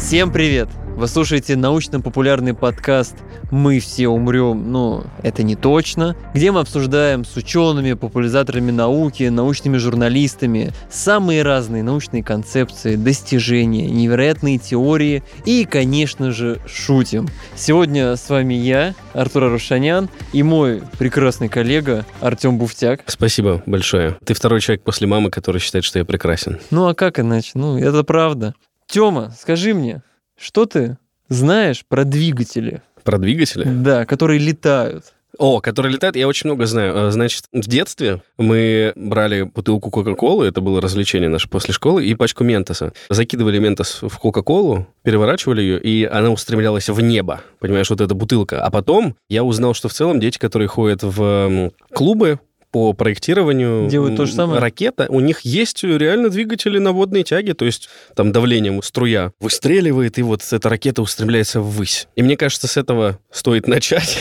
Всем привет! Вы слушаете научно-популярный подкаст «Мы все умрем», но это не точно, где мы обсуждаем с учеными, популяризаторами науки, научными журналистами самые разные научные концепции, достижения, невероятные теории и, конечно же, шутим. Сегодня с вами я, Артур Арушанян, и мой прекрасный коллега Артем Буфтяк. Спасибо большое. Ты второй человек после мамы, который считает, что я прекрасен. Ну а как иначе? Ну, это правда. Тёма, скажи мне, что ты знаешь про двигатели? Про двигатели? Да, которые летают. Которые летают, я очень много знаю. Значит, в детстве мы брали бутылку Кока-Колы, это было развлечение наше после школы, и пачку Ментоса. Закидывали Ментос в Кока-Колу, переворачивали ее, и она устремлялась в небо. Понимаешь, вот эта бутылка. А потом я узнал, что в целом дети, которые ходят в клубы по проектированию делают то же самое? Ракета, у них есть реально двигатели на водной тяге, то есть там давлением струя выстреливает, и вот эта ракета устремляется ввысь. И мне кажется, с этого стоит начать.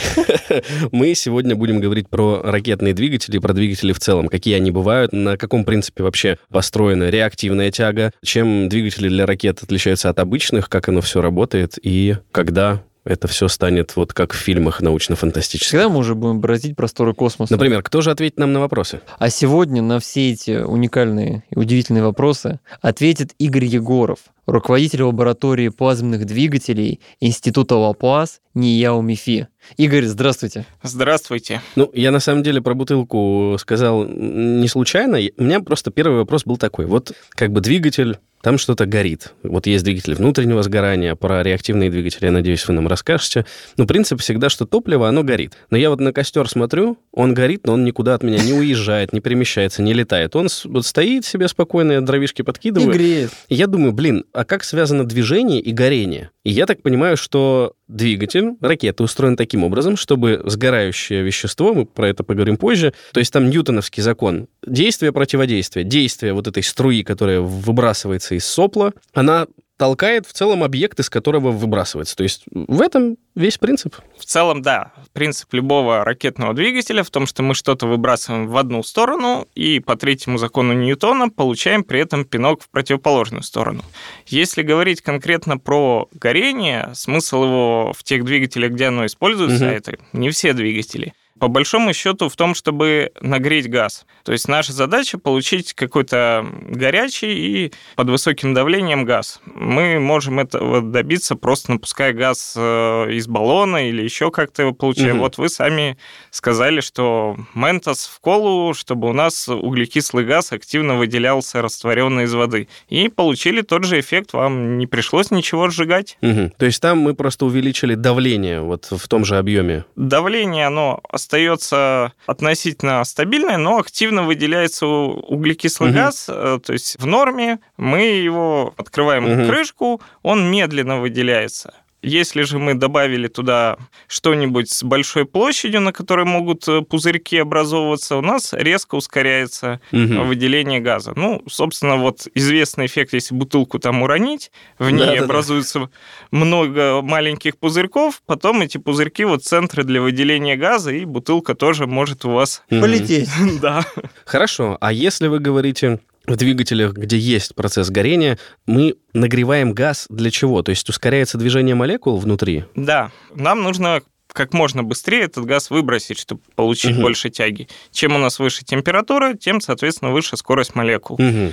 Мы сегодня будем говорить про ракетные двигатели, про двигатели в целом, какие они бывают, на каком принципе вообще построена реактивная тяга, чем двигатели для ракет отличаются от обычных, как оно все работает и когда это все станет вот как в фильмах научно-фантастических. Когда мы уже будем бороздить просторы космоса? Например, кто же ответит нам на вопросы? А сегодня на все эти уникальные и удивительные вопросы ответит Игорь Егоров, руководитель лаборатории плазменных двигателей Института ЛаПлас НИИАУ МИФИ. Игорь, здравствуйте. Здравствуйте. Я на самом деле про бутылку сказал не случайно. У меня просто первый вопрос был такой. Вот как бы двигатель, там что-то горит. Вот есть двигатель внутреннего сгорания, про реактивные двигатели, я надеюсь, вы нам расскажете. Принцип всегда, что топливо, оно горит. Но я вот на костер смотрю, он горит, но он никуда от меня не уезжает, не перемещается, не летает. Он вот стоит себе спокойно, дровишки подкидывает. И греет. И я думаю, а как связано движение и горение? И я так понимаю, что двигатель ракеты устроен таким образом, чтобы сгорающее вещество, мы про это поговорим позже, то есть там ньютоновский закон, действие-противодействие, действие вот этой струи, которая выбрасывается из сопла, она толкает в целом объект, из которого выбрасывается. То есть в этом весь принцип. В целом, да. Принцип любого ракетного двигателя в том, что мы что-то выбрасываем в одну сторону и по третьему закону Ньютона получаем при этом пинок в противоположную сторону. Если говорить конкретно про горение, смысл его в тех двигателях, где оно используется, это не все двигатели, по большому счету в том, чтобы нагреть газ. То есть наша задача получить какой-то горячий и под высоким давлением газ. Мы можем этого добиться, просто напуская газ из баллона или еще как-то его получая. Вот вы сами сказали, что Ментос в колу, чтобы у нас углекислый газ активно выделялся растворенный из воды. И получили тот же эффект, вам не пришлось ничего сжигать. То есть там мы просто увеличили давление вот в том же объеме. Давление, оно остается относительно стабильное, но активно выделяется углекислый газ, то есть в норме мы его открываем крышку, он медленно выделяется. Если же мы добавили туда что-нибудь с большой площадью, на которой могут пузырьки образовываться, у нас резко ускоряется выделение газа. Собственно, вот известный эффект, если бутылку там уронить, в ней образуется много маленьких пузырьков, потом эти пузырьки вот центры для выделения газа, и бутылка тоже может у вас полететь. Да. Хорошо, а если вы говорите в двигателях, где есть процесс горения, мы нагреваем газ для чего? То есть ускоряется движение молекул внутри? Да, нам нужно как можно быстрее этот газ выбросить, чтобы получить больше тяги. Чем у нас выше температура, тем, соответственно, выше скорость молекул.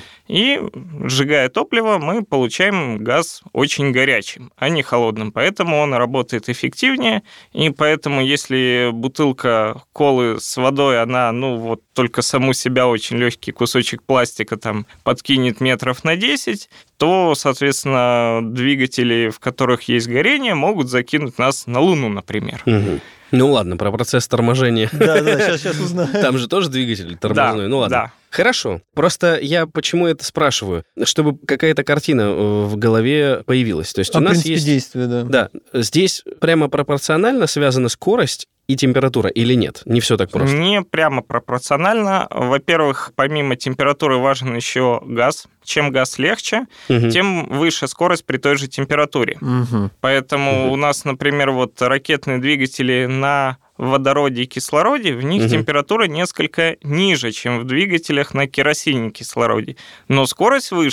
И, сжигая топливо, мы получаем газ очень горячим, а не холодным. Поэтому он работает эффективнее. И поэтому, если бутылка колы с водой, она, только саму себя очень легкий кусочек пластика там подкинет метров на 10, то, соответственно, двигатели, в которых есть горение, могут закинуть нас на Луну, например. Ладно, про процесс торможения. Да, сейчас узнаем. Там же тоже двигатель тормозной. Ладно. Да. Хорошо. Просто я почему это спрашиваю? Чтобы какая-то картина в голове появилась. То есть у нас есть действия, да. Да. Здесь прямо пропорционально связана скорость и температура или нет? Не все так просто. Не прямо пропорционально. Во-первых, помимо температуры важен еще газ. Чем газ легче, тем выше скорость при той же температуре. Поэтому у нас, например, вот ракетные двигатели на водороде и кислороде, в них температура несколько ниже, чем в двигателях на керосине и кислороде. Но скорость выше.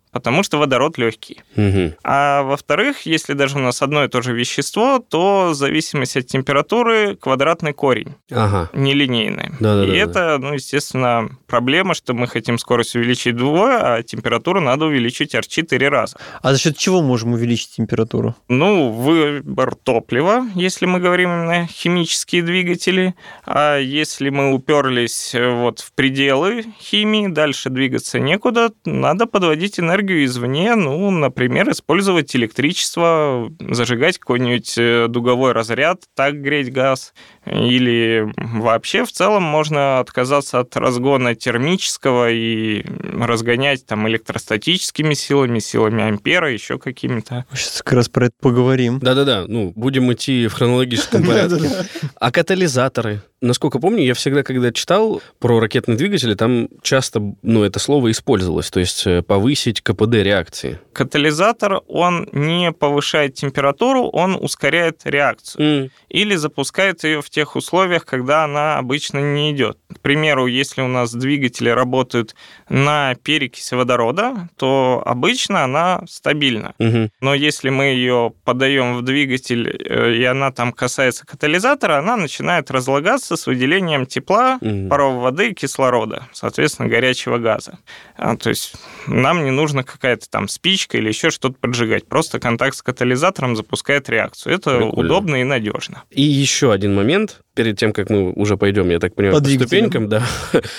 потому что водород легкий. А во-вторых, если даже у нас одно и то же вещество, то зависимость от температуры квадратный корень, нелинейный. Это, естественно, проблема, что мы хотим скорость увеличить вдвое, а температуру надо увеличить аж 4 раза. А за счет чего можем увеличить температуру? Выбор топлива, если мы говорим именно химические двигатели, а если мы уперлись в пределы химии, дальше двигаться некуда, надо подводить энергию извне, например, использовать электричество, зажигать какой-нибудь дуговой разряд, так греть газ, или вообще в целом можно отказаться от разгона термического и разгонять там электростатическими силами ампера, еще какими-то. Сейчас как раз про это поговорим. Да-да-да, будем идти в хронологическом порядке. А катализаторы? Насколько помню, я всегда, когда читал про ракетные двигатели, там часто это слово использовалось, то есть повысить КПД реакции. Катализатор, он не повышает температуру, он ускоряет реакцию. Или запускает ее в тех условиях, когда она обычно не идет. К примеру, если у нас двигатели работают на перекиси водорода, то обычно она стабильна. Но если мы ее подаем в двигатель, и она там касается катализатора, она начинает разлагаться с выделением тепла, паров воды и кислорода, соответственно, горячего газа. То есть нам не нужно какая-то там спичка или еще что-то поджигать. Просто контакт с катализатором запускает реакцию. Это прикольно, удобно и надежно. И еще один момент, перед тем, как мы уже пойдем, я так понимаю, по ступенькам. Да.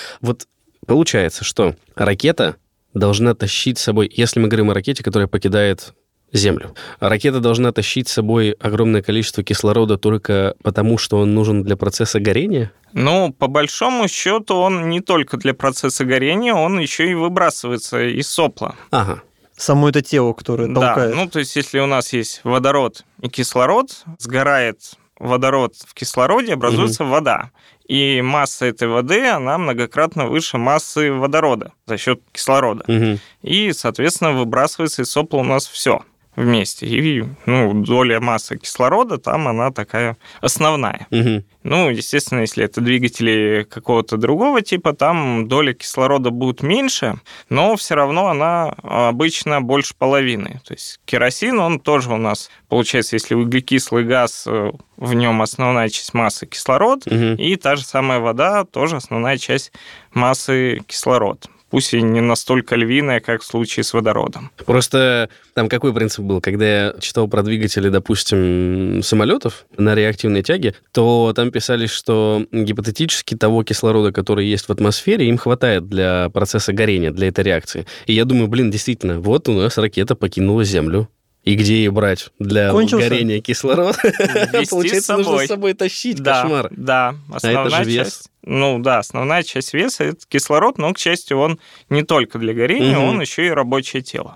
Получается, что ракета должна тащить с собой, если мы говорим о ракете, которая покидает Землю. Ракета должна тащить с собой огромное количество кислорода только потому, что он нужен для процесса горения? По большому счету, он не только для процесса горения, он еще и выбрасывается из сопла. Само это тело, которое толкает. Да, то есть если у нас есть водород и кислород, сгорает водород в кислороде, образуется вода. И масса этой воды, она многократно выше массы водорода за счет кислорода. И, соответственно, выбрасывается из сопла у нас все вместе. И доля массы кислорода там она такая основная. Естественно, если это двигатели какого-то другого типа, там доля кислорода будет меньше, но все равно она обычно больше половины. То есть керосин, он тоже у нас, получается, если углекислый газ, в нем основная часть массы кислород, и та же самая вода тоже основная часть массы кислород. Пусть и не настолько львиная, как в случае с водородом. Просто там какой принцип был? Когда я читал про двигатели, допустим, самолетов на реактивной тяге, то там писали, что гипотетически того кислорода, который есть в атмосфере, им хватает для процесса горения, для этой реакции. И я думаю, действительно, вот у нас ракета покинула Землю. И где ее брать для горения кислорода? Получается, нужно с собой тащить, кошмар. Да, основная часть. Основная часть веса – это кислород, но, к счастью, он не только для горения, он еще и рабочее тело.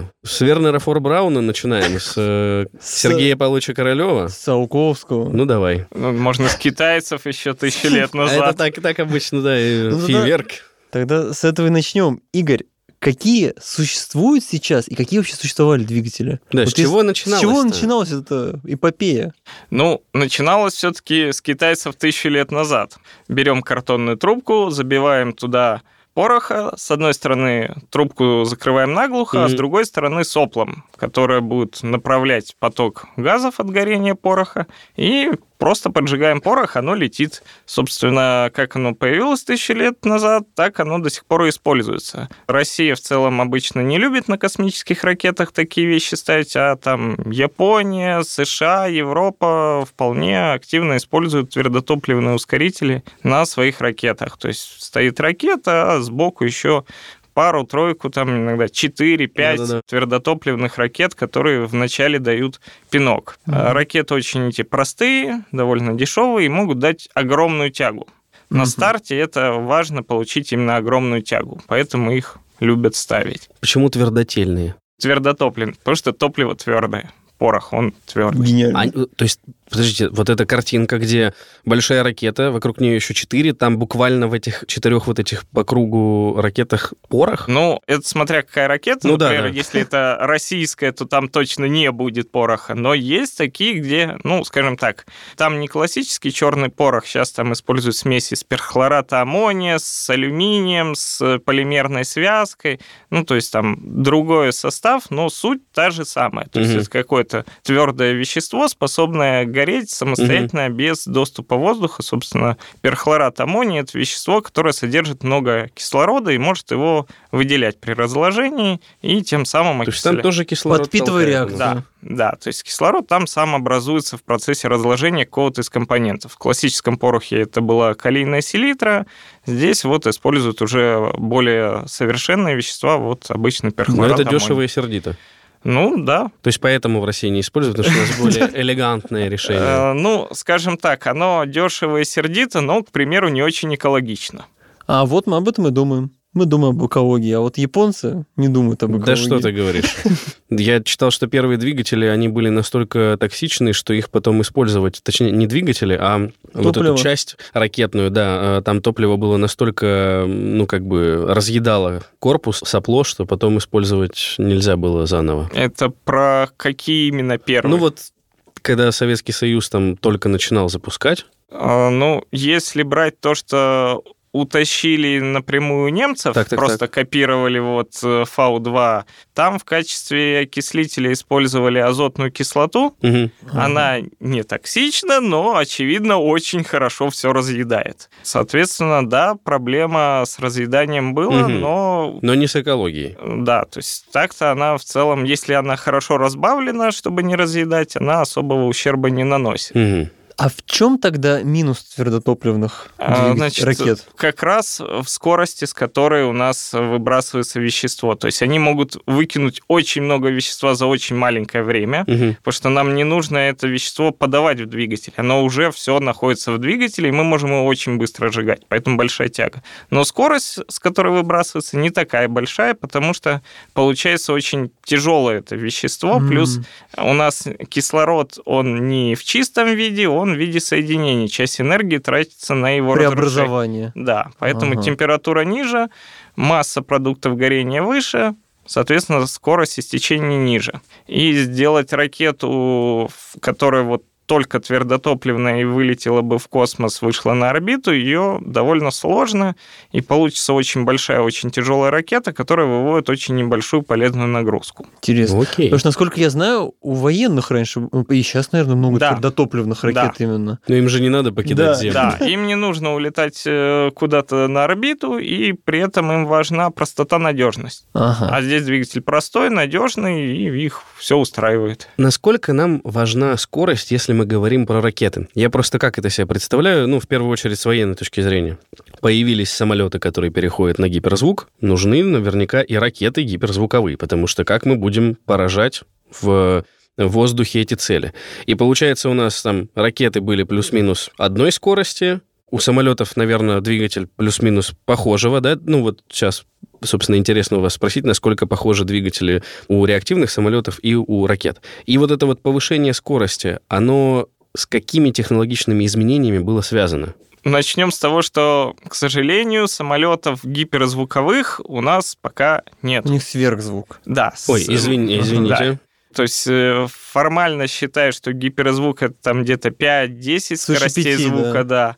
С Вернера фон Брауна начинаем, с Сергея Павловича Королева. С Циолковского. Давай. Можно с китайцев еще 1000 лет назад. Это так обычно, фейерверк. Тогда с этого и начнем. Игорь, какие существуют сейчас и какие вообще существовали двигатели? Да, с чего начиналось? С чего начиналась эта эпопея? Начиналось все-таки с китайцев 1000 лет назад. Берем картонную трубку, забиваем туда пороха. С одной стороны трубку закрываем наглухо, а с другой стороны соплом, которое будет направлять поток газов от горения пороха, и просто поджигаем порох, оно летит. Собственно, как оно появилось 1000 лет назад, так оно до сих пор и используется. Россия в целом обычно не любит на космических ракетах такие вещи ставить, а там Япония, США, Европа вполне активно используют твердотопливные ускорители на своих ракетах. То есть стоит ракета, а сбоку еще пару-тройку, там иногда 4-5 твердотопливных ракет, которые вначале дают пинок. Ракеты очень простые, довольно дешевые и могут дать огромную тягу. На старте это важно получить именно огромную тягу, поэтому их любят ставить. Почему твердотельные? Твердотопливные, потому что топливо твердое. Порох, он твердый. Гениально. То есть Подождите, вот эта картинка, где большая ракета, вокруг нее еще 4, там буквально в этих 4 вот этих по кругу ракетах порох? Ну, это смотря какая ракета. Ну, например, да. Если это российская, то там точно не будет пороха. Но есть такие, где, ну, скажем так, там не классический черный порох, сейчас там используют смеси с перхлората аммония, с алюминием, с полимерной связкой. Ну, то есть там другой состав, но суть та же самая. То есть это какое-то твердое вещество, способное гореть самостоятельно без доступа воздуха. Собственно, перхлорат аммония – это вещество, которое содержит много кислорода и может его выделять при разложении, и тем самым То есть там тоже кислород подпитывая толкает. реакцию. Да, то есть кислород там сам образуется в процессе разложения какого-то из компонентов. В классическом порохе это была калийная селитра, здесь вот используют уже более совершенные вещества, вот обычный перхлорат Но это аммония. дешево и сердито. Ну, да. То есть поэтому в России не используют, потому что у нас более элегантное решение. Ну, скажем так, оно дешево и сердито, но, к примеру, не очень экологично. А вот мы об этом и думаем. Мы думаем об экологии, а вот японцы не думают об экологии. Да что ты говоришь? Я читал, что первые двигатели, они были настолько токсичны, что их потом использовать, точнее, не двигатели, а вот эту часть ракетную, да, там топливо было настолько, ну, как бы разъедало корпус, сопло, что потом использовать нельзя было заново. Это про какие именно первые? Ну вот, когда Советский Союз там только начинал запускать. Ну, если брать то, что утащили напрямую немцев, просто копировали вот Фау-2, там в качестве окислителя использовали азотную кислоту. Она не токсична, но, очевидно, очень хорошо все разъедает. Соответственно, да, проблема с разъеданием была, но... Но не с экологией. Да, то есть так-то она в целом, если она хорошо разбавлена, чтобы не разъедать, она особого ущерба не наносит. А в чем тогда минус твердотопливных ракет? Как раз в скорости, с которой у нас выбрасывается вещество. То есть они могут выкинуть очень много вещества за очень маленькое время, потому что нам не нужно это вещество подавать в двигатель. Оно уже все находится в двигателе, и мы можем его очень быстро сжигать. Поэтому большая тяга. Но скорость, с которой выбрасывается, не такая большая, потому что получается очень тяжелое это вещество. Плюс у нас кислород, он не в чистом виде, он в виде соединений. Часть энергии тратится на его преобразование. Да, поэтому температура ниже, масса продуктов горения выше, соответственно, скорость истечения ниже. И сделать ракету, которая вот только твердотопливная и вылетела бы в космос, вышла на орбиту, ее довольно сложно, и получится очень большая, очень тяжелая ракета, которая выводит очень небольшую полезную нагрузку. Интересно. Потому что, насколько я знаю, у военных раньше, и сейчас, наверное, много твердотопливных ракет именно. Но им же не надо покидать Землю. Да, им не нужно улетать куда-то на орбиту, и при этом им важна простота, надежность. А здесь двигатель простой, надежный, и их все устраивает. Насколько нам важна скорость, если мы говорим про ракеты? Я просто как это себе представляю, ну, в первую очередь, с военной точки зрения. Появились самолеты, которые переходят на гиперзвук, нужны наверняка и ракеты гиперзвуковые, потому что как мы будем поражать в воздухе эти цели? И получается, у нас там ракеты были плюс-минус одной скорости, у самолетов, наверное, двигатель плюс-минус похожего, да? Ну, вот сейчас, собственно, интересно у вас спросить, насколько похожи двигатели у реактивных самолетов и у ракет. И вот это вот повышение скорости, оно с какими технологичными изменениями было связано? Начнем с того, что, к сожалению, самолетов гиперзвуковых у нас пока нет. У них сверхзвук. Да. Ой, извините. Да. То есть формально считают, что гиперзвук это там где-то 5-10 скоростей звука, да.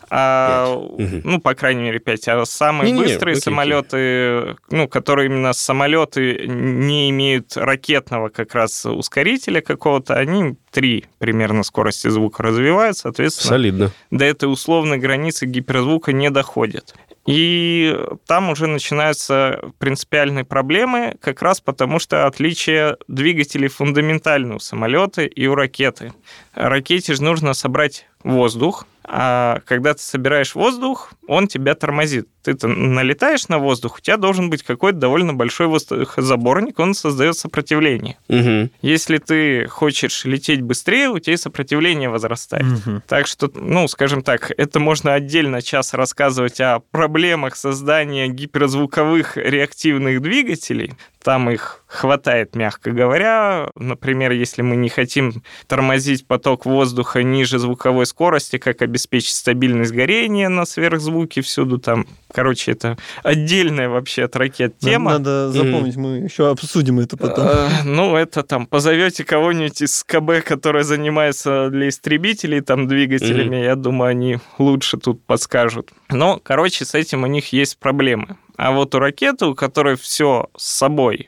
Ну, по крайней мере, 5. А самые быстрые самолеты, ну, которые именно самолеты не имеют ракетного как раз ускорителя какого-то, они 3 примерно скорости звука развивают, соответственно. Солидно. До этой условной границы гиперзвука не доходят. И там уже начинаются принципиальные проблемы, как раз потому, что отличие двигателей фундаментальны у самолета и у ракеты. Ракете же нужно собрать воздух, а когда ты собираешь воздух, он тебя тормозит. ты налетаешь на воздух, у тебя должен быть какой-то довольно большой воздухозаборник, он создает сопротивление. Угу. Если ты хочешь лететь быстрее, у тебя и сопротивление возрастает. Так что, скажем так, это можно отдельно час рассказывать о проблемах создания гиперзвуковых реактивных двигателей. Там их хватает, мягко говоря. Например, если мы не хотим тормозить поток воздуха ниже звуковой скорости, как обеспечить стабильность горения на сверхзвуке всюду там. Короче, это отдельная вообще от ракет тема. Надо запомнить, мы еще обсудим это потом. Это там позовете кого-нибудь из КБ, который занимается для истребителей там двигателями, я думаю, они лучше тут подскажут. Но, короче, с этим у них есть проблемы. А вот у ракеты, у которой все с собой,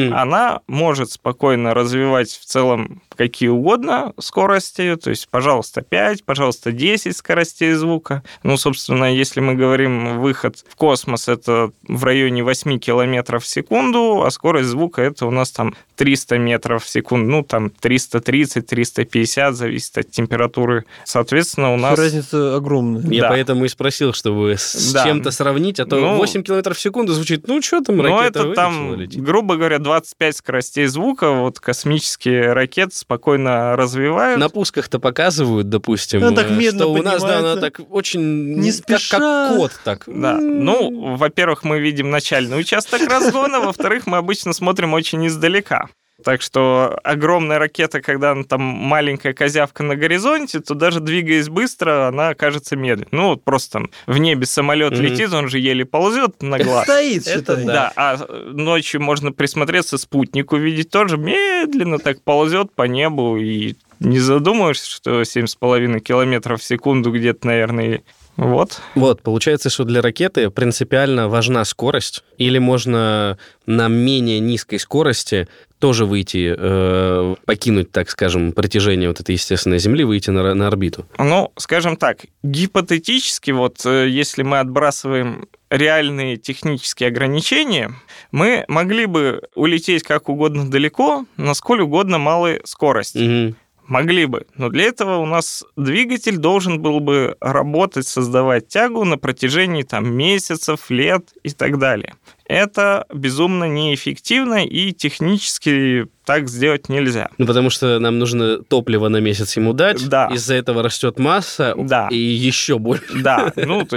она может спокойно развивать в целом какие угодно скорости, то есть, пожалуйста, 5, пожалуйста, 10 скоростей звука. Собственно, если мы говорим выход в космос, это в районе 8 километров в секунду, а скорость звука это у нас там 300 метров в секунду, там 330, 350, зависит от температуры. Соответственно, у нас... Разница огромная. Я поэтому и спросил, чтобы с чем-то сравнить, а то 8 километров в секунду звучит, что там ракета это там, грубо говоря, 25 скоростей звука, вот космические ракеты спокойно развивают. На пусках-то показывают, допустим, она так медленно что у нас, поднимается. она так очень... Не спеша. Как кот так. Да. Во-первых, мы видим начальный участок разгона, во-вторых, мы обычно смотрим очень издалека. Так что огромная ракета, когда она там маленькая козявка на горизонте, то даже двигаясь быстро, она кажется медленной. Просто там в небе самолет летит, он же еле ползет на глаз. Стоит, считай. Да, а ночью можно присмотреться, спутник увидеть, тоже медленно так ползет по небу, и не задумываешься, что 7,5 километров в секунду где-то, наверное, Вот, получается, что для ракеты принципиально важна скорость, или можно на менее низкой скорости тоже выйти, покинуть, так скажем, притяжение вот этой естественной Земли, выйти на орбиту? Скажем так, гипотетически, если мы отбрасываем реальные технические ограничения, мы могли бы улететь как угодно далеко, на сколь угодно малой скорости. Угу. Могли бы, но для этого у нас двигатель должен был бы работать, создавать тягу на протяжении месяцев, лет и так далее. Это безумно неэффективно, и технически так сделать нельзя. Потому что нам нужно топливо на месяц ему дать, да. Из-за этого растет масса, да. И еще больше. Да,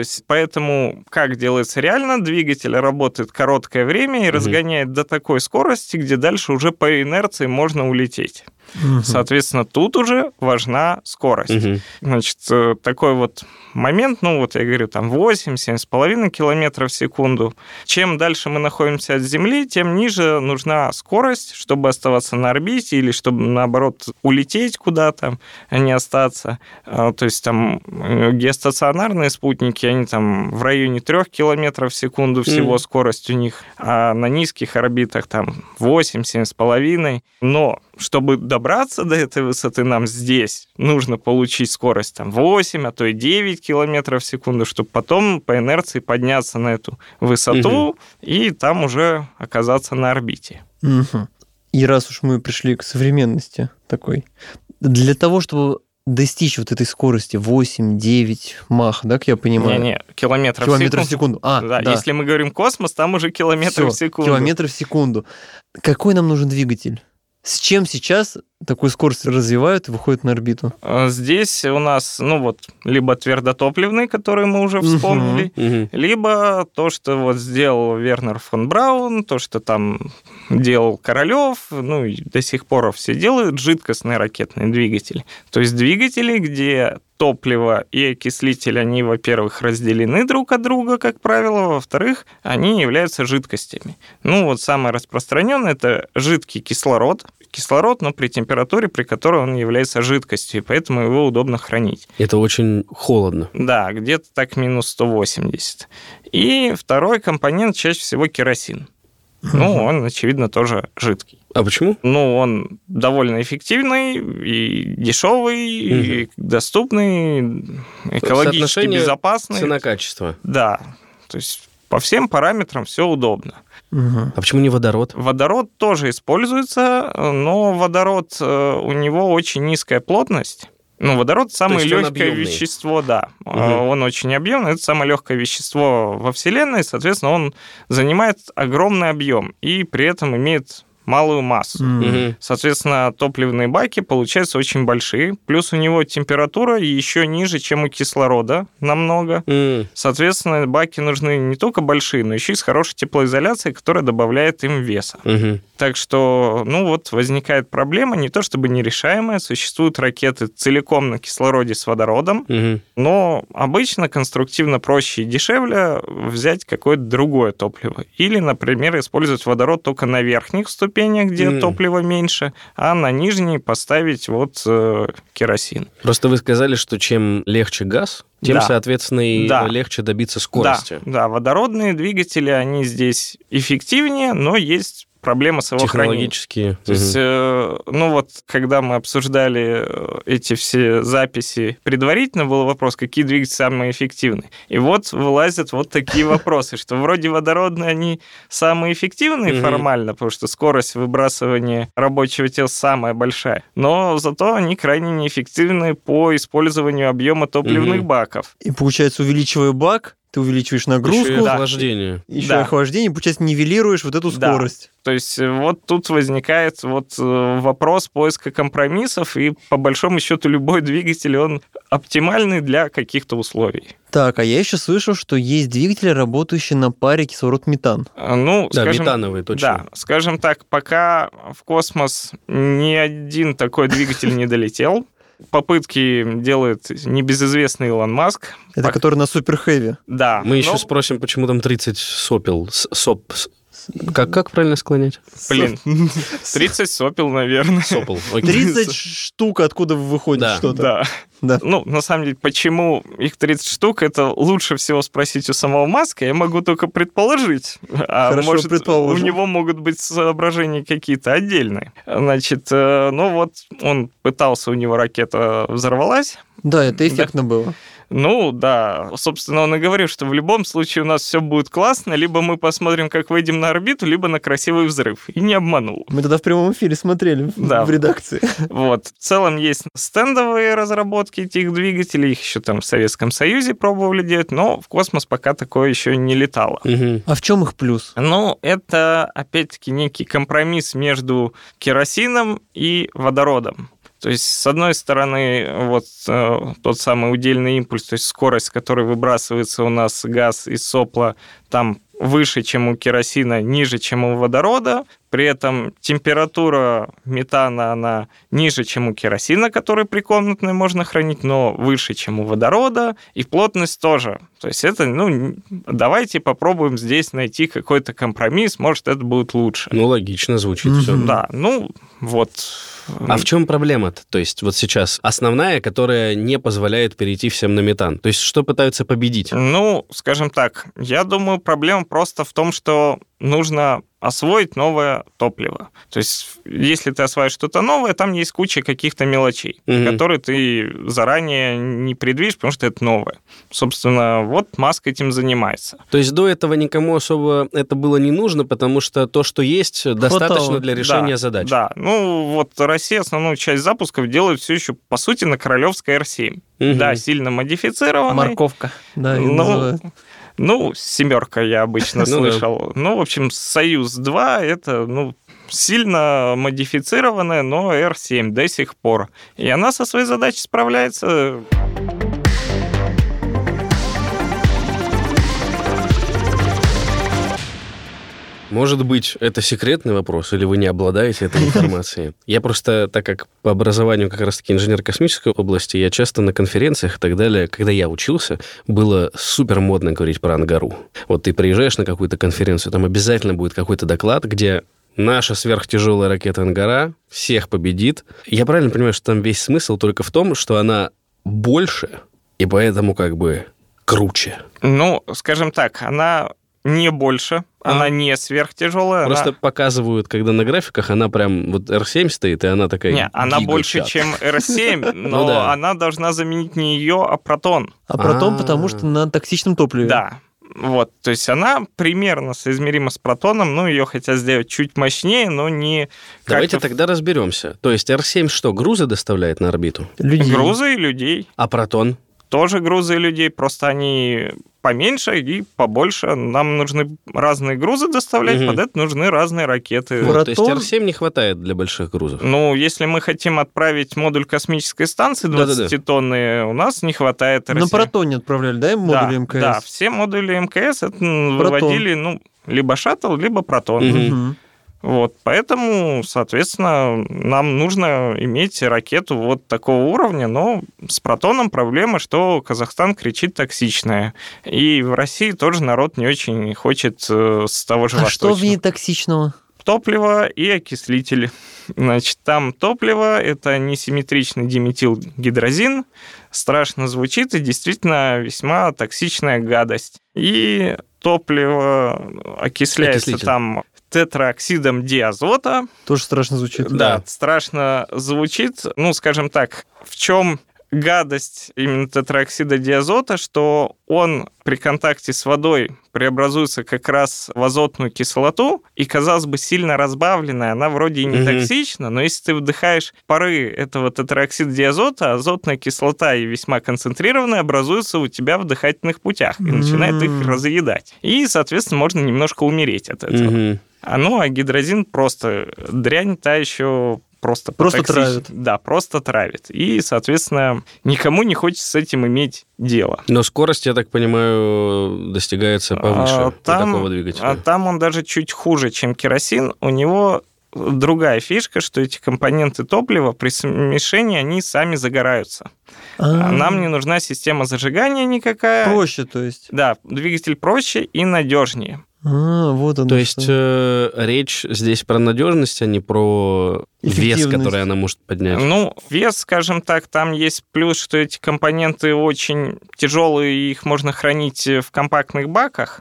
поэтому как делается реально, двигатель работает короткое время и разгоняет до такой скорости, где дальше уже по инерции можно улететь. Соответственно, тут уже важна скорость. Значит, такой момент, я говорю, 8-7,5 километров в секунду. Чем дальше мы находимся от Земли, тем ниже нужна скорость, чтобы оставаться на орбите или чтобы, наоборот, улететь куда-то, а не остаться. То есть геостационарные спутники, они в районе 3 километров в секунду всего скорость у них, а на низких орбитах 8-7,5. Но чтобы добраться до этой высоты, нам здесь нужно получить скорость 8, а то и 9 километров в секунду, чтобы потом по инерции подняться на эту высоту и там уже оказаться на орбите. И раз уж мы пришли к современности такой, для того, чтобы достичь этой скорости 8-9 мах, да, как я понимаю? Не, километров в секунду. Да. Если мы говорим космос, там уже километры в секунду. Километры в секунду. Какой нам нужен двигатель? С чем сейчас такую скорость развивают и выходят на орбиту? Здесь у нас, либо твердотопливный, который мы уже вспомнили, либо то, что сделал Вернер фон Браун, то, что там делал Королёв, и до сих пор все делают, жидкостные ракетные двигатели. То есть двигатели, где топливо и окислитель, они, во-первых, разделены друг от друга, как правило, во-вторых, они являются жидкостями. Самое распространенное – это жидкий кислород. Кислород, но при температуре, при которой он является жидкостью, и поэтому его удобно хранить. Это очень холодно. Да, где-то так минус 180. И второй компонент чаще всего керосин. Он, очевидно, тоже жидкий. А почему? Он довольно эффективный, и дешевый, и доступный, экологически безопасный. Цена-качество. Да, то есть по всем параметрам все удобно. А почему не водород? Водород тоже используется, но водород, у него очень низкая плотность. Ну, водород самое легкое объемный. вещество, да. Угу. Он очень объемный, это самое легкое вещество во Вселенной, соответственно, он занимает огромный объем и при этом имеет малую массу. Мгм. Соответственно, топливные баки получаются очень большие, плюс у него температура еще ниже, чем у кислорода намного. Соответственно, баки нужны не только большие, но еще и с хорошей теплоизоляцией, которая добавляет им веса. Мгм. Так что, ну вот, возникает проблема, не то чтобы нерешаемая, существуют ракеты целиком на кислороде с водородом, Мгм. но обычно конструктивно проще и дешевле взять какое-то другое топливо. Или, например, использовать водород только на верхних ступенях, где топлива меньше, а на нижние поставить вот керосин. Просто вы сказали, что чем легче газ, тем, Да. соответственно, и Да. легче добиться скорости. Да, водородные двигатели, они здесь эффективнее, но есть проблема с его хранением. Технологические. То есть, ну вот, когда мы обсуждали эти все записи, предварительно был вопрос, какие двигатели самые эффективные. И вот вылазят вот такие вопросы, что вроде водородные, они самые эффективные формально, потому что скорость выбрасывания рабочего тела самая большая, но зато они крайне неэффективны по использованию объема топливных баков. И получается, увеличивая бак, ты увеличиваешь нагрузку, Еще и Да. охлаждение. еще Да. охлаждение, получается, нивелируешь вот эту Да. скорость. То есть вот тут возникает вот вопрос поиска компромиссов, и по большому счету любой двигатель, он оптимальный для каких-то условий. Так, а я еще слышал, что есть двигатели, работающие на паре кислород-метан. Ну, Да, скажем, метановые, точно. да, скажем так, пока в космос ни один такой двигатель не долетел. Попытки делает небезызвестный Илон Маск. Это который на Супер Хэви. Да. Мы еще но, спросим, почему там 30 сопел. Как правильно склонять? Блин, 30 сопел, наверное. Сопел. Окей. 30 штук, откуда выходит Да. что-то. Да. Да. Ну, на самом деле, почему их 30 штук, это лучше всего спросить у самого Маска, я могу только предположить. А Хорошо, может, предположим. у него могут быть соображения какие-то отдельные. Значит, ну вот он пытался, у него ракета взорвалась. Да, это эффектно было. Ну, да, собственно, он и говорил, что в любом случае у нас все будет классно, либо мы посмотрим, как выйдем на орбиту, либо на красивый взрыв. И не обманул. Мы тогда в прямом эфире смотрели Да. в редакции. Вот. В целом есть стендовые разработки этих двигателей, их еще там в Советском Союзе пробовали делать, но в космос пока такое еще не летало. Мгм. А в чем их плюс? Ну, это, опять-таки, некий компромисс между керосином и водородом. То есть, с одной стороны, вот тот самый удельный импульс, то есть скорость, с которой выбрасывается у нас газ из сопла, там выше, чем у керосина, ниже, чем у водорода. При этом температура метана, она ниже, чем у керосина, который при комнатной можно хранить, но выше, чем у водорода. И плотность тоже. То есть это, ну, давайте попробуем здесь найти какой-то компромисс, может, это будет лучше. Ну, логично звучит все. Да, ну, вот. А в чем проблема-то? То есть вот сейчас основная, которая не позволяет перейти всем на метан. То есть что пытаются победить? Ну, скажем так, я думаю, проблема просто в том, что нужно освоить новое топливо. То есть, если ты осваиваешь что-то новое, там есть куча каких-то мелочей, которые ты заранее не предвидишь, потому что это новое. Собственно, вот Маск этим занимается. То есть до этого никому особо это было не нужно, потому что то, что есть, достаточно для решения задач. Да, ну вот Россия основную часть запусков делает все еще, по сути, на Королевской Р-7. Да, сильно модифицированный. Морковка. Да, её Ну, называют. Ну, семерка я обычно Ну да. слышал. Ну, в общем, Союз-2 это, ну, сильно модифицированная, но Р-7 до сих пор. И она со своей задачей справляется. Может быть, это секретный вопрос, или вы не обладаете этой информацией? Я просто, так как по образованию как раз-таки инженер космической области, я часто на конференциях и так далее, когда я учился, было супер модно говорить про Ангару. Вот ты приезжаешь на какую-то конференцию, там обязательно будет какой-то доклад, где наша сверхтяжелая ракета Ангара всех победит. Я правильно понимаю, что там весь смысл только в том, что она больше и поэтому как бы круче? Ну, скажем так, она не больше, она не сверхтяжелая. Просто показывают, когда на графиках она прям... Вот R7 стоит, и она такая... Не, она больше, гигачат. чем R7, но да. она должна заменить не ее, а протон. А протон, потому что на токсичном топливе. Да. Вот, то есть она примерно соизмерима с протоном, ну, ее хотят сделать чуть мощнее, но не... Давайте тогда разберемся. То есть Р-7 что, грузы доставляет на орбиту? Людей. Грузы и людей. А протон? Тоже грузы и людей, просто они поменьше и побольше. Нам нужны разные грузы доставлять, под это нужны разные ракеты. Вот, то есть Р-7 не хватает для больших грузов? Ну, если мы хотим отправить модуль космической станции 20-тонный, у нас не хватает Р-7. На протоне отправляли, да, модули МКС? Да, все модули МКС выводили, либо шаттл, либо протон. Вот, поэтому, соответственно, нам нужно иметь ракету вот такого уровня, но с протоном проблема, что Казахстан кричит токсичная. И в России тоже народ не очень хочет с того же восточного. А что в ней токсичного? Топливо и окислитель. Значит, там топливо – это несимметричный диметилгидрозин. Страшно звучит и действительно весьма токсичная гадость. И топливо окисляется там тетраоксидом диазота. Тоже страшно звучит. Да, страшно звучит. Ну, скажем так, в чем гадость именно тетраоксида диазота, что он при контакте с водой преобразуется как раз в азотную кислоту, и, казалось бы, сильно разбавленная, она вроде и не токсична, но если ты вдыхаешь пары этого тетраоксида диазота, азотная кислота и весьма концентрированная образуется у тебя в дыхательных путях и начинает их разъедать. И, соответственно, можно немножко умереть от этого. А гидрозин просто дрянь та еще... Просто травит. Да, просто травит. И, соответственно, никому не хочется с этим иметь дело. Но скорость, я так понимаю, достигается повыше у такого двигателя. Там он даже чуть хуже, чем керосин. У него другая фишка, что эти компоненты топлива при смешении, они сами загораются. Нам не нужна система зажигания никакая. Проще, то есть. Да, двигатель проще и надежнее. Вот оно. То есть речь здесь про надежность, а не про вес, который она может поднять. Ну, вес, скажем так, там есть плюс, что эти компоненты очень тяжелые, и их можно хранить в компактных баках.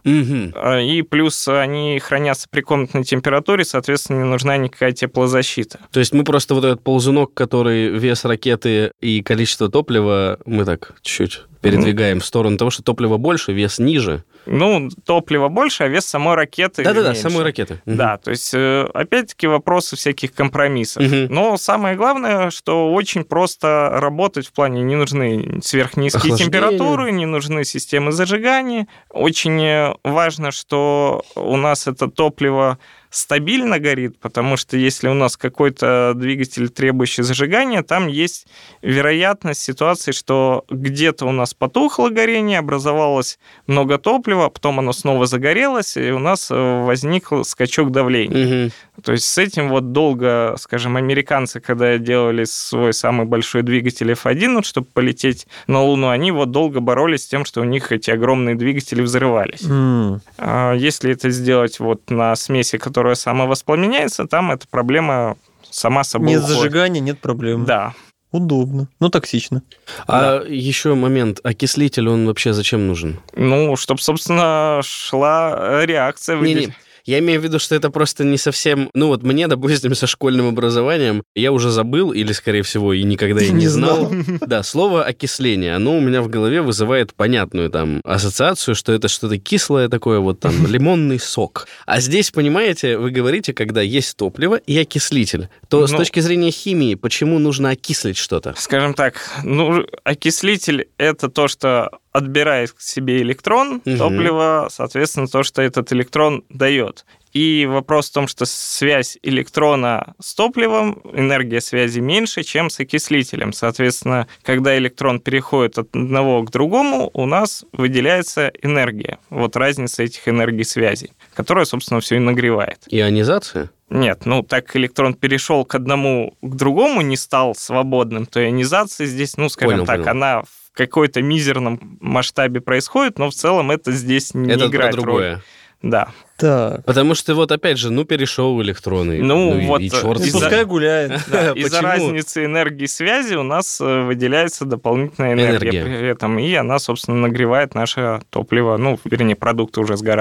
И плюс они хранятся при комнатной температуре, соответственно, не нужна никакая теплозащита. То есть мы просто вот этот ползунок, который вес ракеты и количество топлива, мы так чуть-чуть передвигаем в сторону того, что топлива больше, вес ниже. Ну, топлива больше, а вес самой ракеты Да-да-да, самой ракеты. Да, то есть, опять-таки, вопросы всяких компромиссов. Но самое главное, что очень просто работать в плане не нужны сверхнизкие температуры, не нужны системы зажигания. Очень важно, что у нас это топливо стабильно горит, потому что если у нас какой-то двигатель, требующий зажигания, там есть вероятность ситуации, что где-то у нас потухло горение, образовалось много топлива, потом оно снова загорелось, и у нас возник скачок давления. То есть с этим вот долго, скажем, американцы, когда делали свой самый большой двигатель F1, чтобы полететь на Луну, они вот долго боролись с тем, что у них эти огромные двигатели взрывались. Если это сделать вот на смеси, которая самовоспламеняется, там эта проблема сама собой нет уходит. Зажигания, нет проблем. Да. Удобно, но токсично. Еще момент. Окислитель, он вообще зачем нужен? Ну, чтобы, собственно, шла реакция. Я имею в виду, что это просто не совсем... Ну вот мне, допустим, со школьным образованием я уже забыл, или, скорее всего, и никогда и не знал. Да, слово окисление, оно у меня в голове вызывает понятную там ассоциацию, что это что-то кислое такое, вот там лимонный сок. А здесь, понимаете, вы говорите, когда есть топливо и окислитель, то с точки зрения химии, почему нужно окислить что-то? Скажем так, окислитель — это то, что отбирает к себе электрон, топливо, соответственно, то, что этот электрон дает. И вопрос в том, что связь электрона с топливом, энергия связи меньше, чем с окислителем. Соответственно, когда электрон переходит от одного к другому, у нас выделяется энергия. Вот разница этих энергий связей, которая, собственно, все и нагревает. Ионизация? Нет, так как электрон перешел к одному к другому, не стал свободным, то ионизация здесь, скажем так, она в какой-то мизерном масштабе происходит, но в целом это здесь не играет роль. Да. Так. Потому что вот опять же, перешел электрон, и черт. Пускай гуляет. Из-за разницы энергии связи у нас выделяется дополнительная энергия при этом, и она, собственно, нагревает наше топливо, продукты уже сгорания.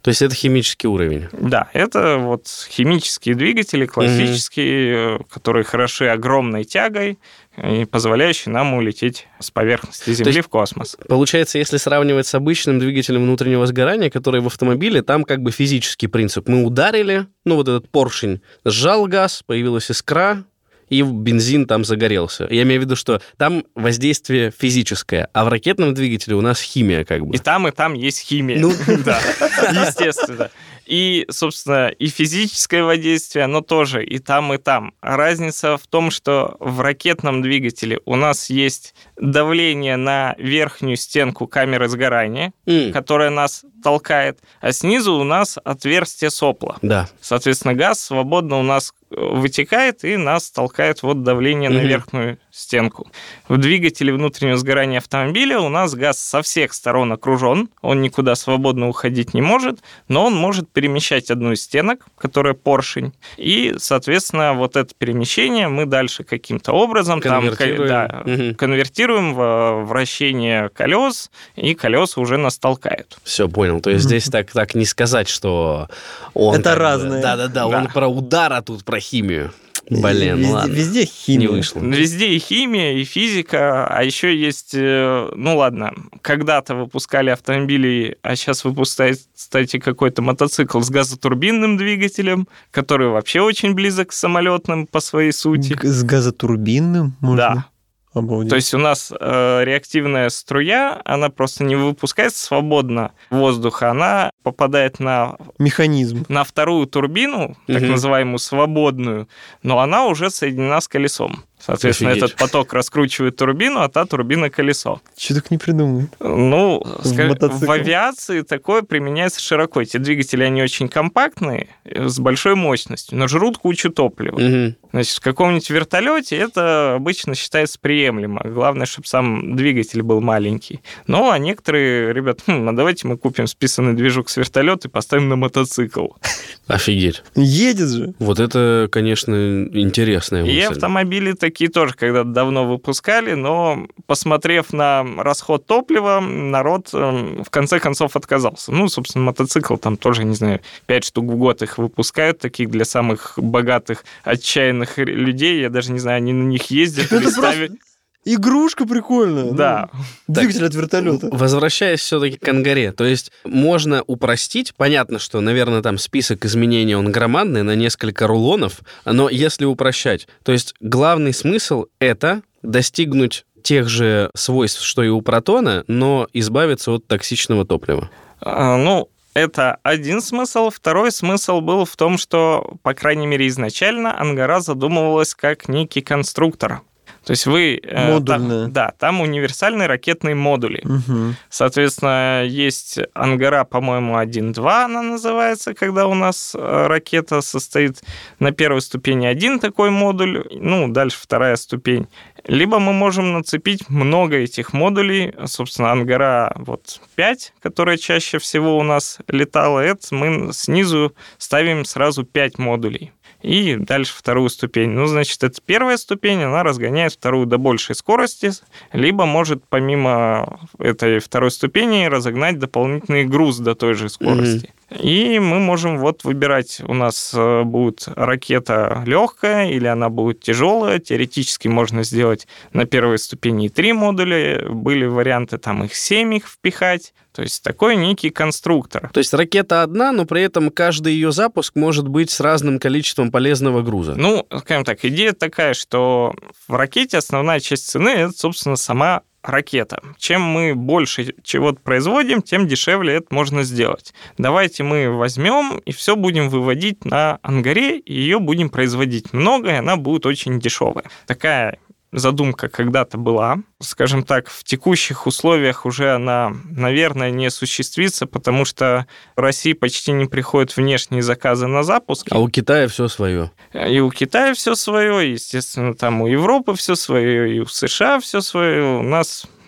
То есть это химический уровень? Да, это вот химические двигатели, классические, которые хороши огромной тягой и позволяющие нам улететь с поверхности Земли в космос. Получается, если сравнивать с обычным двигателем внутреннего сгорания, который в автомобиле, там как бы физический принцип. Мы ударили, вот этот поршень, сжал газ, появилась искра, и бензин там загорелся. Я имею в виду, что там воздействие физическое, а в ракетном двигателе у нас химия как бы. И там есть химия. Ну, да, естественно. И, собственно, и физическое воздействие, оно тоже и там, и там. Разница в том, что в ракетном двигателе у нас есть давление на верхнюю стенку камеры сгорания, которая нас толкает, а снизу у нас отверстие сопла. Да. Соответственно, газ свободно у нас вытекает и нас толкает вот давление на верхнюю стенку. В двигателе внутреннего сгорания автомобиля у нас газ со всех сторон окружен, он никуда свободно уходить не может, но он может перемещать одну из стенок, которая поршень, и, соответственно, вот это перемещение мы дальше каким-то образом конвертируем в вращение колес, и колеса уже нас толкают. Все, понял. То есть здесь так не сказать, что он... Это разное. Да, он про удар, а тут про химию. Блин, везде, ладно. Везде химия. Не вышло. Везде и химия, и физика, а еще есть, когда-то выпускали автомобили, а сейчас выпускают, кстати, какой-то мотоцикл с газотурбинным двигателем, который вообще очень близок к самолетным по своей сути. С газотурбинным? Можно? Да. Обалдеть. То есть у нас реактивная струя, она просто не выпускается свободно воздуха, она попадает на механизм, на вторую турбину, так называемую свободную, но она уже соединена с колесом. Соответственно, этот поток раскручивает турбину, а та турбина колесо. Что так не придумают? В авиации такое применяется широко. Эти двигатели, они очень компактные, с большой мощностью, но жрут кучу топлива. Значит, в каком-нибудь вертолете это обычно считается приемлемо. Главное, чтобы сам двигатель был маленький. Ну, а некоторые ребята, давайте мы купим списанный движок с вертолета и поставим на мотоцикл. Офигеть. Едет же. Вот это, конечно, интересная мысль. И автомобили такие тоже когда-то давно выпускали, но, посмотрев на расход топлива, народ в конце концов отказался. Собственно, мотоцикл там тоже, 5 штук в год их выпускают, таких для самых богатых, отчаянных людей. Я даже не знаю, они на них ездят или ставят... Игрушка прикольная. Да. Двигатель от вертолета. Возвращаясь все-таки к Ангаре, то есть можно упростить, понятно, что, наверное, там список изменений, он громадный, на несколько рулонов, но если упрощать, то есть главный смысл — это достигнуть тех же свойств, что и у Протона, но избавиться от токсичного топлива. Это один смысл. Второй смысл был в том, что, по крайней мере, изначально Ангара задумывалась как некий конструктор. То есть вы... Там универсальные ракетные модули. Соответственно, есть Ангара, по-моему, 1.2 она называется, когда у нас ракета состоит на первой ступени один такой модуль, дальше вторая ступень. Либо мы можем нацепить много этих модулей. Собственно, Ангара 5, которая чаще всего у нас летала, это мы снизу ставим сразу 5 модулей. И дальше вторую ступень. Значит, это первая ступень, она разгоняет вторую до большей скорости, либо может помимо этой второй ступени разогнать дополнительный груз до той же скорости. И мы можем выбирать, у нас будет ракета легкая или она будет тяжелая. Теоретически можно сделать на первой ступени 3 модуля. Были варианты, их 7 их впихать. То есть такой некий конструктор. То есть ракета одна, но при этом каждый ее запуск может быть с разным количеством полезного груза. Скажем так, идея такая, что в ракете основная часть цены – это, собственно, сама ракета. Чем мы больше чего-то производим, тем дешевле это можно сделать. Давайте мы возьмем и все будем выводить на Ангаре, и ее будем производить много, и она будет очень дешевая. Такая задумка когда-то была. Скажем так, в текущих условиях уже она, наверное, не осуществится, потому что в России почти не приходят внешние заказы на запуск. А у Китая все свое. И у Китая все свое, естественно, там у Европы все свое, и у США все свое. У нас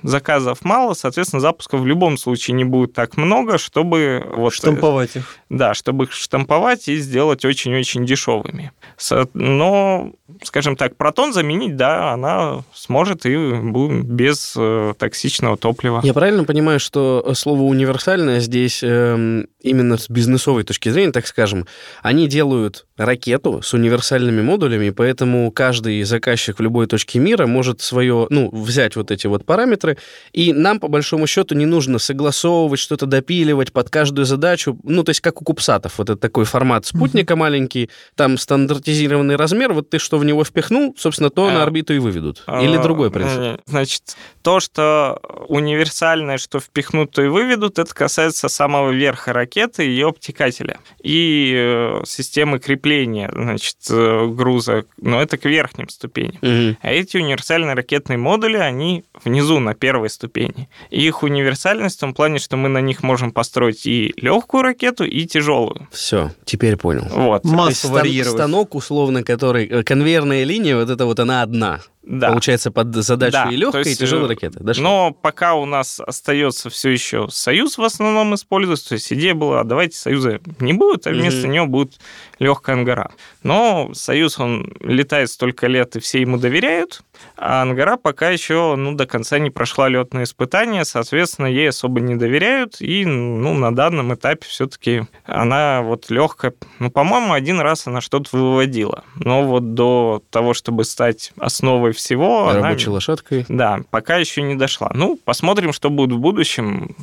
заказов мало, соответственно, запусков в любом случае не будет так много, чтобы... Штамповать их. Да, чтобы их штамповать и сделать очень-очень дешевыми. Но, скажем так, Протон заменить, да, она сможет и будет без токсичного топлива. Я правильно понимаю, что слово «универсальное» здесь именно с бизнесовой точки зрения, так скажем, они делают ракету с универсальными модулями, поэтому каждый заказчик в любой точке мира может взять вот эти вот параметры, и нам, по большому счету, не нужно согласовывать, что-то допиливать под каждую задачу, то есть как у кубсатов, вот это такой формат спутника маленький, там стандартизированный размер, вот ты что в него впихнул, собственно, то на орбиту и выведут. Или другой принцип? Значит, то, что универсальное, что впихнут, то и выведут, это касается самого верха ракеты, ее обтекателя и системы крепления, значит, груза, но это к верхним ступеням. А эти универсальные ракетные модули, они внизу, на первой ступени. И их универсальность в том плане, что мы на них можем построить и легкую ракету, и тяжелую. Все, теперь понял. Вот. Массу варьировать. Станок, условно, который... Конвейерная линия, вот эта вот, она одна. Да. Получается, под задачу и легкая, и тяжелая ракета. Но пока у нас остается все еще Союз в основном используется, то есть идея была, давайте Союза не будет, а вместо него будет легкая Ангара. Но Союз, он летает столько лет, и все ему доверяют, а Ангара пока еще до конца не прошла летные испытания, соответственно, ей особо не доверяют, и на данном этапе все-таки она вот легкая. По-моему, один раз она что-то выводила, но вот до того, чтобы стать основой всего... Рабочей лошадкой. Да, пока еще не дошла. Посмотрим, что будет в будущем.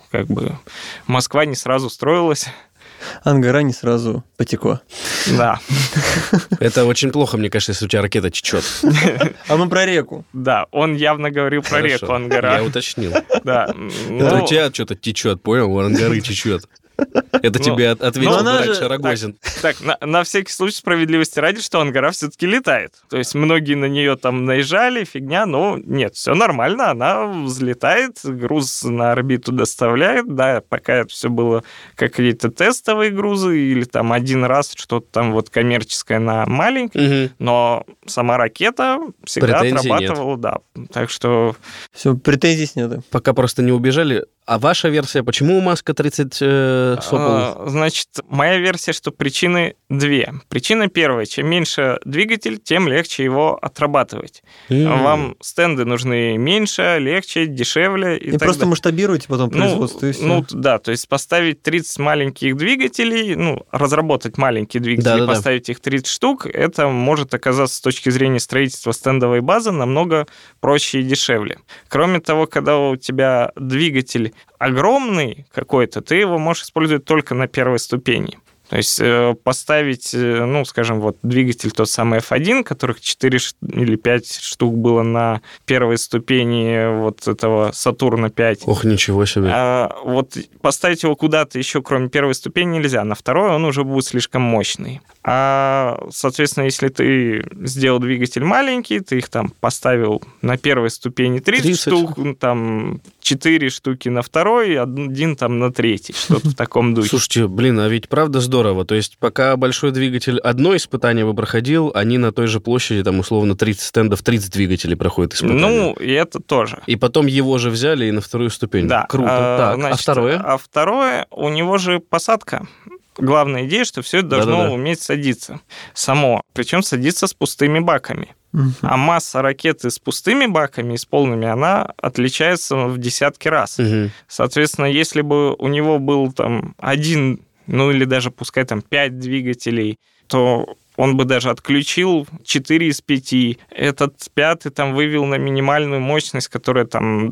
Москва не сразу строилась. Ангара не сразу потекла. Да. Это очень плохо, мне кажется, если у тебя ракета течет. А мы про реку. Да, он явно говорил про реку Ангара. Я уточнил. Да. Это у тебя что-то течет, понял? У Ангары течет. Это тебе ответил раньше Рогозин. Так, на всякий случай справедливости ради, что Ангара все-таки летает. То есть многие на нее там наезжали, фигня, но нет, все нормально, она взлетает, груз на орбиту доставляет, да, пока это все было какие-то тестовые грузы или там один раз что-то там вот коммерческое на маленькой, но сама ракета всегда отрабатывала, да. Так что... Все, претензий снято. Пока просто не убежали. А ваша версия, почему у Маска 30 Сокол? Значит, моя версия, что причины две. Причина первая. Чем меньше двигатель, тем легче его отрабатывать. Вам стенды нужны меньше, легче, дешевле. И просто масштабируете потом производство, и все. Да, то есть поставить 30 маленьких двигателей, разработать маленькие двигатели, поставить их 30 штук, это может оказаться с точки зрения строительства стендовой базы намного проще и дешевле. Кроме того, когда у тебя двигатель огромный какой-то, ты его можешь использовать только на первой ступени. То есть поставить, скажем, вот двигатель тот самый F1, которых 4 или 5 штук было на первой ступени вот этого Сатурна 5. Ох, ничего себе. Вот поставить его куда-то еще, кроме первой ступени, нельзя. На второй он уже будет слишком мощный. Соответственно, если ты сделал двигатель маленький, ты их там поставил на первой ступени 30 штук, там 4 штуки на второй, 1 там на третий, что-то в таком духе. Слушайте, а ведь правда здорово. То есть пока большой двигатель одно испытание бы проходил, они на той же площади, там, условно, 30 стендов, 30 двигателей проходят испытания. И это тоже. И потом его же взяли и на вторую ступень. Да. Круто. Так, значит, а второе? А второе, у него же посадка. Главная идея, что все это должно уметь садиться само. Причем садиться с пустыми баками. А масса ракеты с пустыми баками и с полными, она отличается в десятки раз. Соответственно, если бы у него был там один, или даже пускай там 5 двигателей, то он бы даже отключил 4 из 5. Этот 5-й там вывел на минимальную мощность, которая там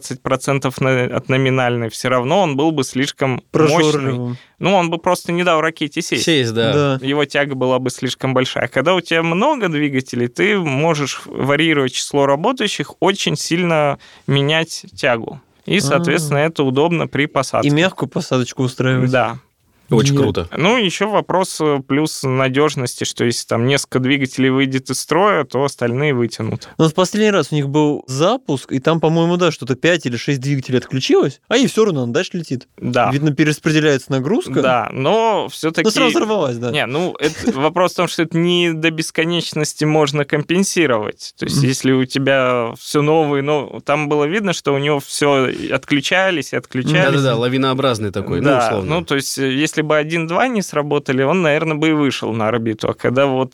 20% от номинальной. Все равно он был бы слишком мощный. Он бы просто не дал ракете сесть. Да. Его тяга была бы слишком большая. Когда у тебя много двигателей, ты можешь варьировать число работающих, очень сильно менять тягу. И, соответственно, это удобно при посадке. И мягкую посадочку устраивать. Да. Очень Нет. круто. Ну, еще вопрос плюс надежности, что если там несколько двигателей выйдет из строя, то остальные вытянут. Но в последний раз у них был запуск, и там, по-моему, да, что-то 5 или 6 двигателей отключилось, а и все равно он дальше летит. Да. Видно, перераспределяется нагрузка. Да, но все-таки... Но сразу взорвалась, да. Не, ну, это вопрос в том, что это не до бесконечности можно компенсировать. То есть, если у тебя все новое, но там было видно, что у него все отключались и отключались. Да-да-да, лавинообразный такой, Да, условно. ну, то есть, если бы 1-2 не сработали, он, наверное, бы и вышел на орбиту. А когда вот